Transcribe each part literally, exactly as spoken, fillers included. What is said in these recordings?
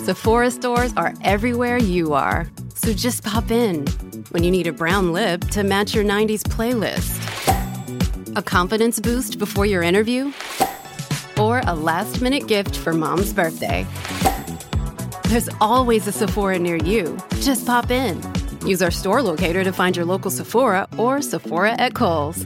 Sephora stores are everywhere you are. So just pop in when you need a brown lip to match your nineties playlist. A confidence boost before your interview? Or a last-minute gift for mom's birthday? There's always a Sephora near you. Just pop in. Use our store locator to find your local Sephora or Sephora at Kohl's.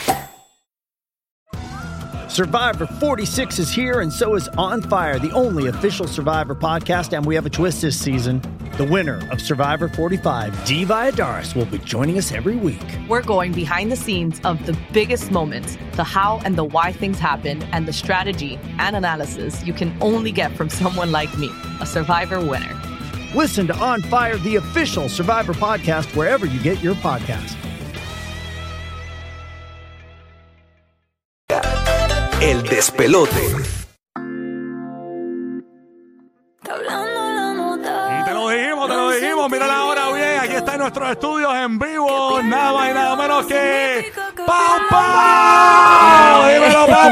Survivor forty-six is here, and so is On Fire, the only official Survivor podcast, and we have a twist this season. The winner of Survivor forty-five, Dee Valladares, will be joining us every week. We're going behind the scenes of the biggest moments, the how and the why things happen, and the strategy and analysis you can only get from someone like me, a Survivor winner. Listen to On Fire, the official Survivor podcast, wherever you get your podcast. El Despelote. Y te lo dijimos, te lo dijimos. Mira la hora bien. Aquí está en nuestros estudios en vivo. Nada más y nada menos que ¡Pau Pau! ¡Dímelo, Pau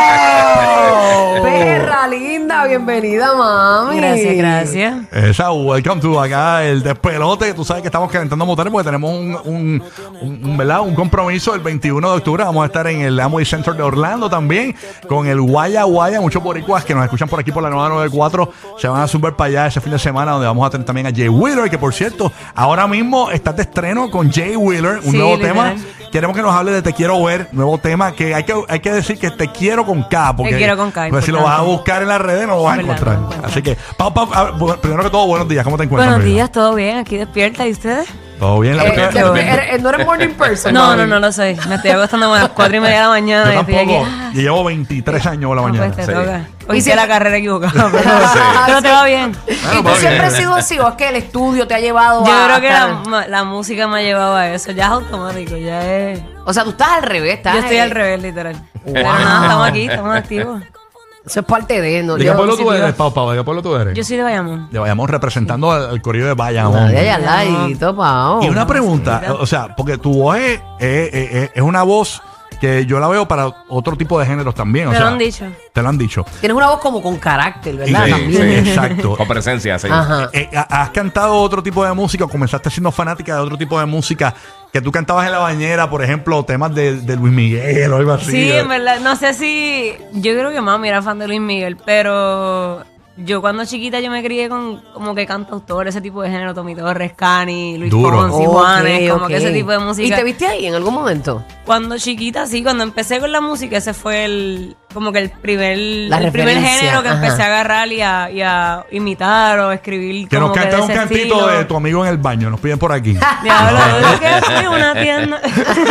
Pau! Perra linda, bienvenida, mami. Gracias, gracias. Esa, welcome to acá el Despelote. Tú sabes que estamos calentando motores porque tenemos un, un, un, un, ¿verdad? un compromiso el veintiuno de octubre. Vamos a estar en el Amway Center de Orlando también con el Guaya Guaya. Muchos boricuas que nos escuchan por aquí por la nueva noventa y cuatro se van a subir para allá ese fin de semana, donde vamos a tener también a Jay Wheeler, que por cierto, ahora mismo estás de estreno con Jay Wheeler, un sí, nuevo literal. tema. Queremos que nos hable de Te Quiero Ver, nuevo tema, que hay que, hay que decir que Te Quiero con K, porque, Te Quiero con K, porque si lo vas a buscar en las redes no lo vas a Verdad, encontrar. no encuentro. Así que, Pau, Pau, a ver, primero que todo, buenos días, ¿cómo te encuentras? Buenos mi vida? días, todo bien, aquí despierta. ¿Y ustedes? ¿Todo bien? La Eh, porque- eh, eh, eh, ¿No eres morning person? No, mami? no, no lo soy. Me estoy acostando a las cuatro y media de la mañana. Yo y estoy tampoco, aquí. Ah, yo llevo veintitrés años por la no, mañana. pues te Sí. toca. Y Hice si- la carrera equivocada, pero, Sí. pero te va bien. ¿Y tú pues, siempre bien. has sido así o es que el estudio te ha llevado Yo a... creo que a- la, la música me ha llevado a eso. Ya es automático, ya es... O sea, tú estás al revés, estás... Yo estoy eh, al revés, literal. Pero nada, estamos aquí, estamos activos. Eso es parte de... No, ¿De qué yo- pueblo sí, tú yo- eres, Pau, Pau? ¿De qué pueblo tú eres? Yo soy de Bayamón. De Bayamón, representando al, al corrido de Bayamón. Ay, ay, al ladito, Pau. Y una pregunta, o sea, porque tu voz es, es, es- es una voz que yo la veo para otro tipo de géneros también. O Me sea, lo han dicho. Te lo han dicho. Tienes una voz como con carácter, ¿verdad? Sí, También. sí, exacto. Con presencia, sí. Ajá. Eh, eh, ¿Has cantado otro tipo de música o comenzaste siendo fanática de otro tipo de música que tú cantabas en la bañera, por ejemplo, temas de, de Luis Miguel o algo así? Sí, en verdad, no sé si... Yo creo que mami era fan de Luis Miguel, pero yo cuando chiquita yo me crié con como que cantautores, ese tipo de género, Tommy Torres, Cani, Luis Duro. Fonsi, Ok, Juanes, como ok. que ese tipo de música. ¿Y te viste ahí en algún momento? Cuando chiquita, sí, cuando empecé con la música, ese fue el como que el primer, La el primer referencia, género que ajá. empecé a agarrar y a, y a imitar o escribir Que como nos que cantes de un ese cantito estilo. de tu amigo en el baño, nos piden por aquí. Diablo, yo que soy una tienda.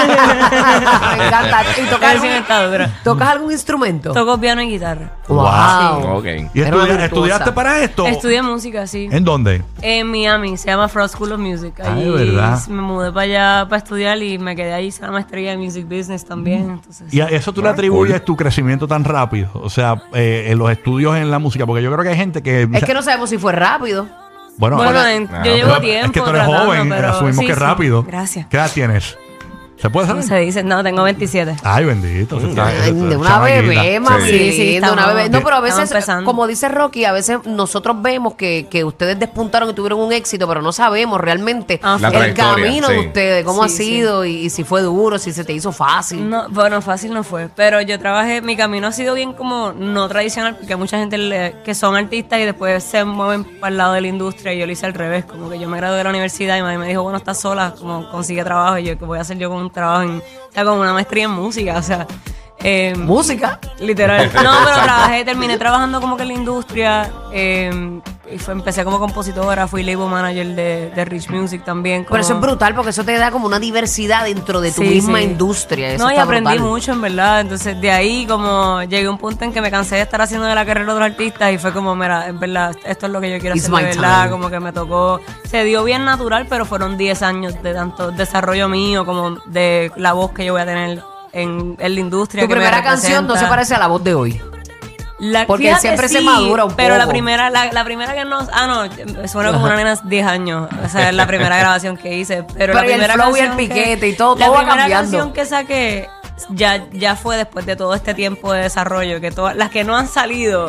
Me encanta. ¿Y tocas Ese sí me algún, está duro. ¿tocas algún instrumento? Toco piano y guitarra. Wow. Ok. ¿Y Era una estudia- virtuosa. estudiaste para esto? Estudié música, sí. ¿En dónde? En Miami, se llama Frost School of Music. Ah, ¿de Allí verdad? me mudé para allá para estudiar y me quedé ahí, hice la maestría en Music Business también. Entonces, ¿Y a eso tú le atribuyes tu crecimiento tan rápido? O sea, eh, en los estudios en la música, porque yo creo que hay gente que... Es que no sabemos si fue rápido. Bueno, bueno, ahora- en- Ah, yo llevo pero tiempo es que tú eres tratando, joven, pero asumimos sí, que es sí. rápido. Gracias. ¿Qué edad tienes? ¿Se puede ¿Cómo saber? se dice? No, tengo veintisiete. Ay, bendito. eso está- Ay, eso- de eso- una chamaquita. bebé, mami. Sí, sí, linda, una estamos- bebé. No, pero a veces, estamos empezando. como dice Rocky, a veces nosotros vemos que, que ustedes despuntaron y tuvieron un éxito, pero no sabemos realmente Ah, La el trayectoria, camino sí. de ustedes, cómo Sí, ha sí. sido y, y si fue duro, si se te hizo fácil. No, bueno, fácil no fue, pero yo trabajé, mi camino ha sido bien como no tradicional, porque hay mucha gente le- que son artistas y después se mueven para el lado de la industria y yo lo hice al revés, como que yo me gradué de la universidad y mami me dijo, bueno, estás sola, como consigue trabajo y yo, ¿qué voy a hacer yo con un trabajo en, o sea, con una maestría en música, o sea... eh, Música. Literal. No, pero trabajé, terminé trabajando como que en la industria. eh, y fue, empecé como compositora, fui label manager de, de Rich Music también. Pero eso es como- brutal porque eso te da como una diversidad dentro de tu Sí, misma sí. industria. Eso No, y está aprendí brutal. mucho, en verdad. Entonces, de ahí, como llegué a un punto en que me cansé de estar haciendo de la carrera de otros artistas y fue como, mira, en verdad, esto es lo que yo quiero It's hacer, de my verdad. time. Como que me tocó. Se dio bien natural, pero fueron diez años de tanto desarrollo mío, como de la voz que yo voy a tener en, en la industria. Tu que me primera canción no se representa. parece a la voz de hoy. La- Porque fíjate, siempre se sí, madura un pero la poco. primera, la, la primera que no, ah no, suena como una nena de diez años, o sea, es la primera grabación que hice, pero, la Pero y el primera flow y el canción que- piquete y todo, la todo va primera cambiando. canción que saqué ya, ya fue después de todo este tiempo de desarrollo, que todas las que no han salido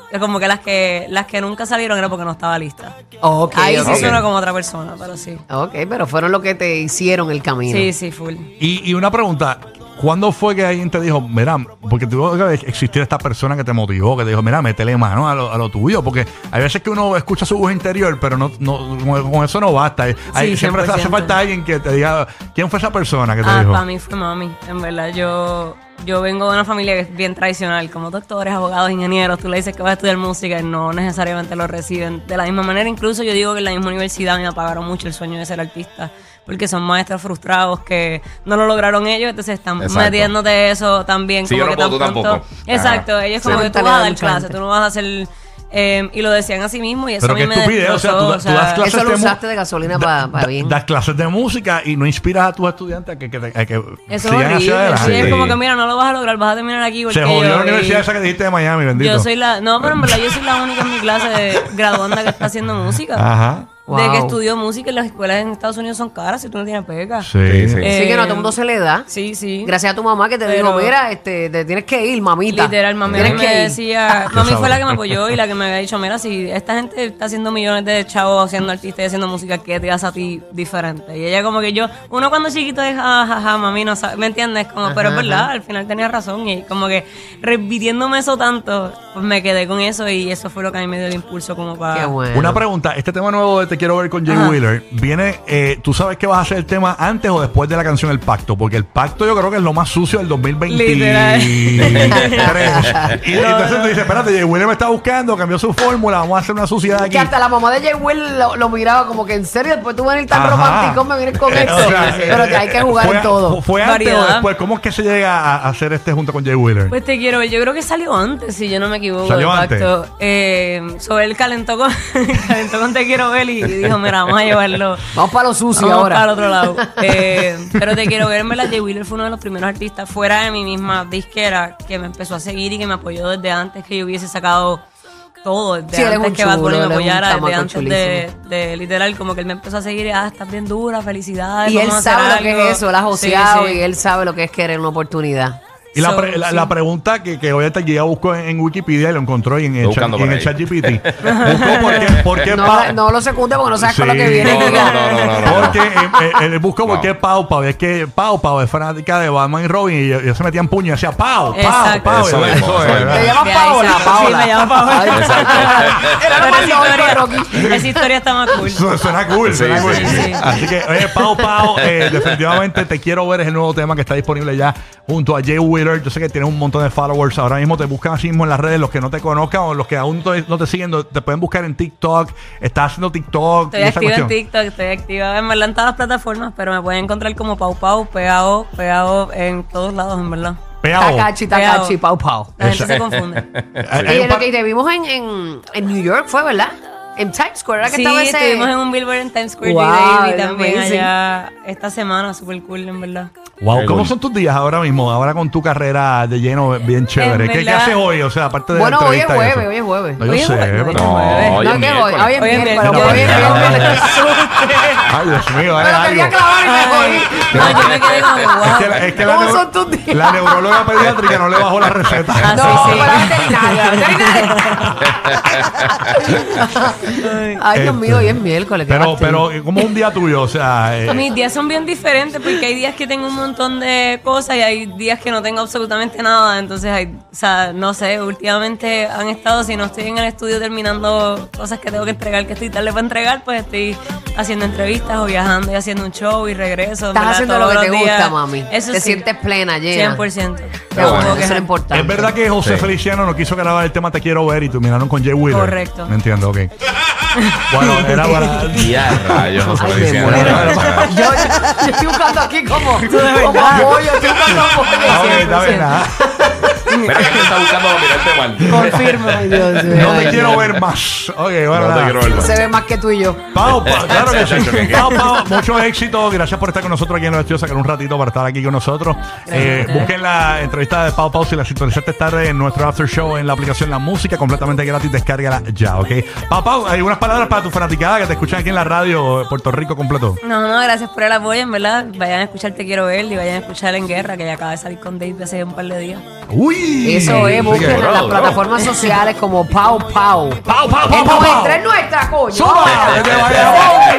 como que las que las que nunca salieron era porque no estaba lista. Ok, Ahí ok. sí suena como otra persona, pero sí. Ok, pero fueron los que te hicieron el camino. Sí, sí, full. Y, y una pregunta, ¿cuándo fue que alguien te dijo, mira, porque tuvo que existir esta persona que te motivó, que te dijo, mira, métele mano a lo, a lo tuyo? Porque hay veces que uno escucha su voz interior, pero no, no con, con eso no basta. Hay, Sí, siempre cien por hace ciento. falta alguien que te diga, ¿quién fue esa persona que te Ah, dijo? para mí fue mami, en verdad. Yo yo vengo de una familia que es bien tradicional, como doctores, abogados, ingenieros. Tú le dices que vas a estudiar música y no necesariamente lo reciben. De la misma manera, incluso yo digo que en la misma universidad me apagaron mucho el sueño de ser artista, porque son maestros frustrados que no lo lograron ellos, entonces están Exacto. metiéndote eso también. Sí, como yo no que puedo, tan tú pronto- tampoco. Exacto, Ajá. ellos Sí. como que tú Mentalidad vas a dar mucha clase, gente. tú no vas a hacer... eh, y lo decían así mismo y eso Pero a mí qué me estupidez, o sea, tú, destrozó, tú o sea, das clases Eso lo de mu- usaste de gasolina da- para da- bien. das clases de música y no inspiras a tus estudiantes a que, que, a que Eso es sigan hacia horrible. adelante. Sí, es Sí. como que mira, no lo vas a lograr, vas a terminar aquí porque Se jodió yo, la universidad y- esa que dijiste de Miami, bendito. Yo soy la... No, pero en verdad yo soy la única en mi clase de graduanda que está haciendo música. Ajá. De Wow. que estudió música y las escuelas en Estados Unidos son caras si tú no tienes beca. Sí. Sí, sí. Eh, Sí, que no a todo el mundo se le da. Sí, sí. Gracias a tu mamá que te Pero- dijo, mira, este, te tienes que ir, mamita. Literal, mami Tienes me que ir. decía, mami fue la que me apoyó y la que me había dicho, mira, si esta gente está haciendo millones de chavos haciendo artistas y haciendo música, ¿qué te hace a ti diferente? Y ella como que yo, uno cuando chiquito es, jajaja, mami, no sabe, ¿me entiendes? Como, pero es verdad, al final tenía razón y como que repitiéndome eso tanto, pues me quedé con eso y eso fue lo que a mí me dio el impulso como para... Qué bueno. Una pregunta, este tema nuevo de Te Quiero Ver con Jay Ajá. Wheeler, viene, eh, ¿tú sabes que vas a hacer el tema antes o después de la canción El Pacto? Porque El Pacto yo creo que es lo más sucio del dos mil veintitrés. Literal. Y entonces tú dices, espérate, Jay Wheeler me está buscando, cambió su fórmula, vamos a hacer una suciedad aquí. Que hasta la mamá de Jay Will lo, lo miraba como que en serio, después tú venir tan Ajá. romántico, me vienes con Eh, esto. o sea, Pero que hay que jugar fue, en todo. ¿Fue antes o Variedad. después? ¿Cómo es que se llega a, a hacer este junto con Jay Wheeler? Pues Te Quiero Ver, yo creo que salió antes, si yo no me equivoco. ¿Salió el antes? pacto. Eh, sobre él calentó con, calentó con Te Quiero Ver y dijo, mira, vamos a llevarlo. Vamos para lo sucio Vamos ahora. para el otro lado. Eh, pero Te Quiero Ver, en verdad, Jay Wheeler fue uno de los primeros artistas fuera de mi misma disquera que me empezó a seguir y que me apoyó desde antes que yo hubiese sacado todo, desde Sí, él es antes un que Bad Bunny chulo, me él es un apoyara, desde chamaco antes de, de literal, como que él me empezó a seguir y, ah, estás bien dura, felicidades. Y él vamos a hacer sabe lo que algo". es eso, él ha Sí, joseado sí. y él sabe lo que es querer una oportunidad. Y la, So, pre- la, sí. la pregunta que, que hoy ya buscó en, en Wikipedia y lo encontró y en el, Estoy chat, buscando y en por el ahí. chat G P T. Buscó por qué, por qué No, Pa- no lo secunde porque no sabes con lo Sí. que viene. No, no, no, no, no, no. Porque eh, eh, él buscó por No. qué Pau Pau. Es que Pau Pau es fanática de Batman y Robin y ellos se metían puño y decía Pau, Pau, Exacto. Pau. Eso Y- mismo, eso es, mismo. Te ¿verdad? llamas De ahí Paola, sale. Paola. Sí, me llamo Paola. Ay, Exacto. Era Pero lo más esa lógico, historia, Rocky. esa historia está más cool. Su- Suena cool, Sí, suena sí, cool. sí. Así que, oye, Pau Pau, eh, definitivamente Te Quiero Ver es el nuevo tema que está disponible ya junto a Jay Wheeler. Yo sé que tienes un montón de followers ahora mismo, te buscan así mismo en las redes, los que no te conozcan o los que aún no te, no te siguen, te pueden buscar en TikTok. Estás haciendo TikTok. Estoy y esa activa en cuestión. TikTok, estoy activa en verdad en todas las plataformas, pero me pueden encontrar como Pau Pau, P A O, P A O en todos lados, en verdad. Peao. Tacachi, tacachi, pau, pau. La gente Esa- se confunde. Hay- hay Y un en lo par- que te vimos en, en, en New York fue, ¿verdad? En Times Square, ¿verdad que Sí, estaba ese? estuvimos en un Billboard en Times Square, Wow, J Baby también amazing. allá esta semana, super cool, en verdad. Wow, Qué ¿cómo cool. son tus días ahora mismo? Ahora con tu carrera de lleno bien chévere. En ¿Qué, qué verdad- haces hoy? O sea, aparte de Bueno, la hoy es entrevista y jueves, eso. hoy es jueves. No, yo Hoy es sé, jueves, pero- hoy es No, jueves. hoy No, es que hoy, miércoles. hoy es Hoy es miércoles, miércoles. hoy es No, no, miércoles. no. ¡Qué susto! Ay, Dios mío, Me es lo quería algo. clavar y me jodí. No, yo me quedé como que, Es que, wow. la- es que la, ¿Cómo neu- son tus días? la neuróloga pediátrica no le bajó la receta. Ah, No, sí, sí. fue la veterinaria, la veterinaria. Ay, Dios mío, hoy es miércoles. qué Pero, fastidio. pero, eh, como un día tuyo, o sea. eh, Mis días son bien diferentes porque hay días que tengo un montón de cosas y hay días que no tengo absolutamente nada. Entonces, hay, o sea, no sé, últimamente han estado, si no estoy en el estudio terminando cosas que tengo que entregar, que estoy tarde para entregar, pues estoy haciendo entrevistas o viajando y haciendo un show y regreso. en Estás verdad, haciendo todos lo que te los días. gusta, mami. Eso Te sí, sientes plena, llena. cien por ciento. Qué bueno, Tampoco eso es lo quejar. importante. es verdad que José Sí. Feliciano no quiso grabar el tema Te Quiero Ver y terminaron con Jay Wheeler. Correcto. Me entiendo, ok. Bueno, era para. Ya, rayos, no se Ay, lo me diciendo. muero. Yo, yo estoy buscando aquí como, como apoyo, estoy buscando apoyo. Ah, ok, está bien, nada. Mira que te está buscando para mirarte mal. Confirmo. Ay, Dios mío. No te Ay, quiero Dios. ver más. Ok, bueno, No te nada. quiero ver más. Se ve más que tú y yo. Pau, Pau, claro que sí. Chacho, ¿qué? Pau, Pau, mucho éxito. Gracias por estar con nosotros aquí en Los Estudios, sacar un ratito para estar aquí con nosotros. Eh, busquen la entrevista de Pau Pau si la sintonizaste tarde en nuestro after show en la aplicación La Música, completamente gratis. Descárgala ya, ¿ok? Pau Pau, hay unas palabras para tu fanaticada que te escuchan aquí en la radio Puerto Rico completo. No, no, gracias por el apoyo, en verdad. Vayan a escuchar Te Quiero Ver y vayan a escuchar En Guerra, que ya acaba de salir con Dave hace un par de días. Uy, ¡Ay! Eso es, busquen en bro, las bro. plataformas sociales como Pau Pau. ¡Pau, pau, pau, En pau, pau! nuestra, en nuestra, coño. ¡Zumba! Ahora. ¡Que vaya!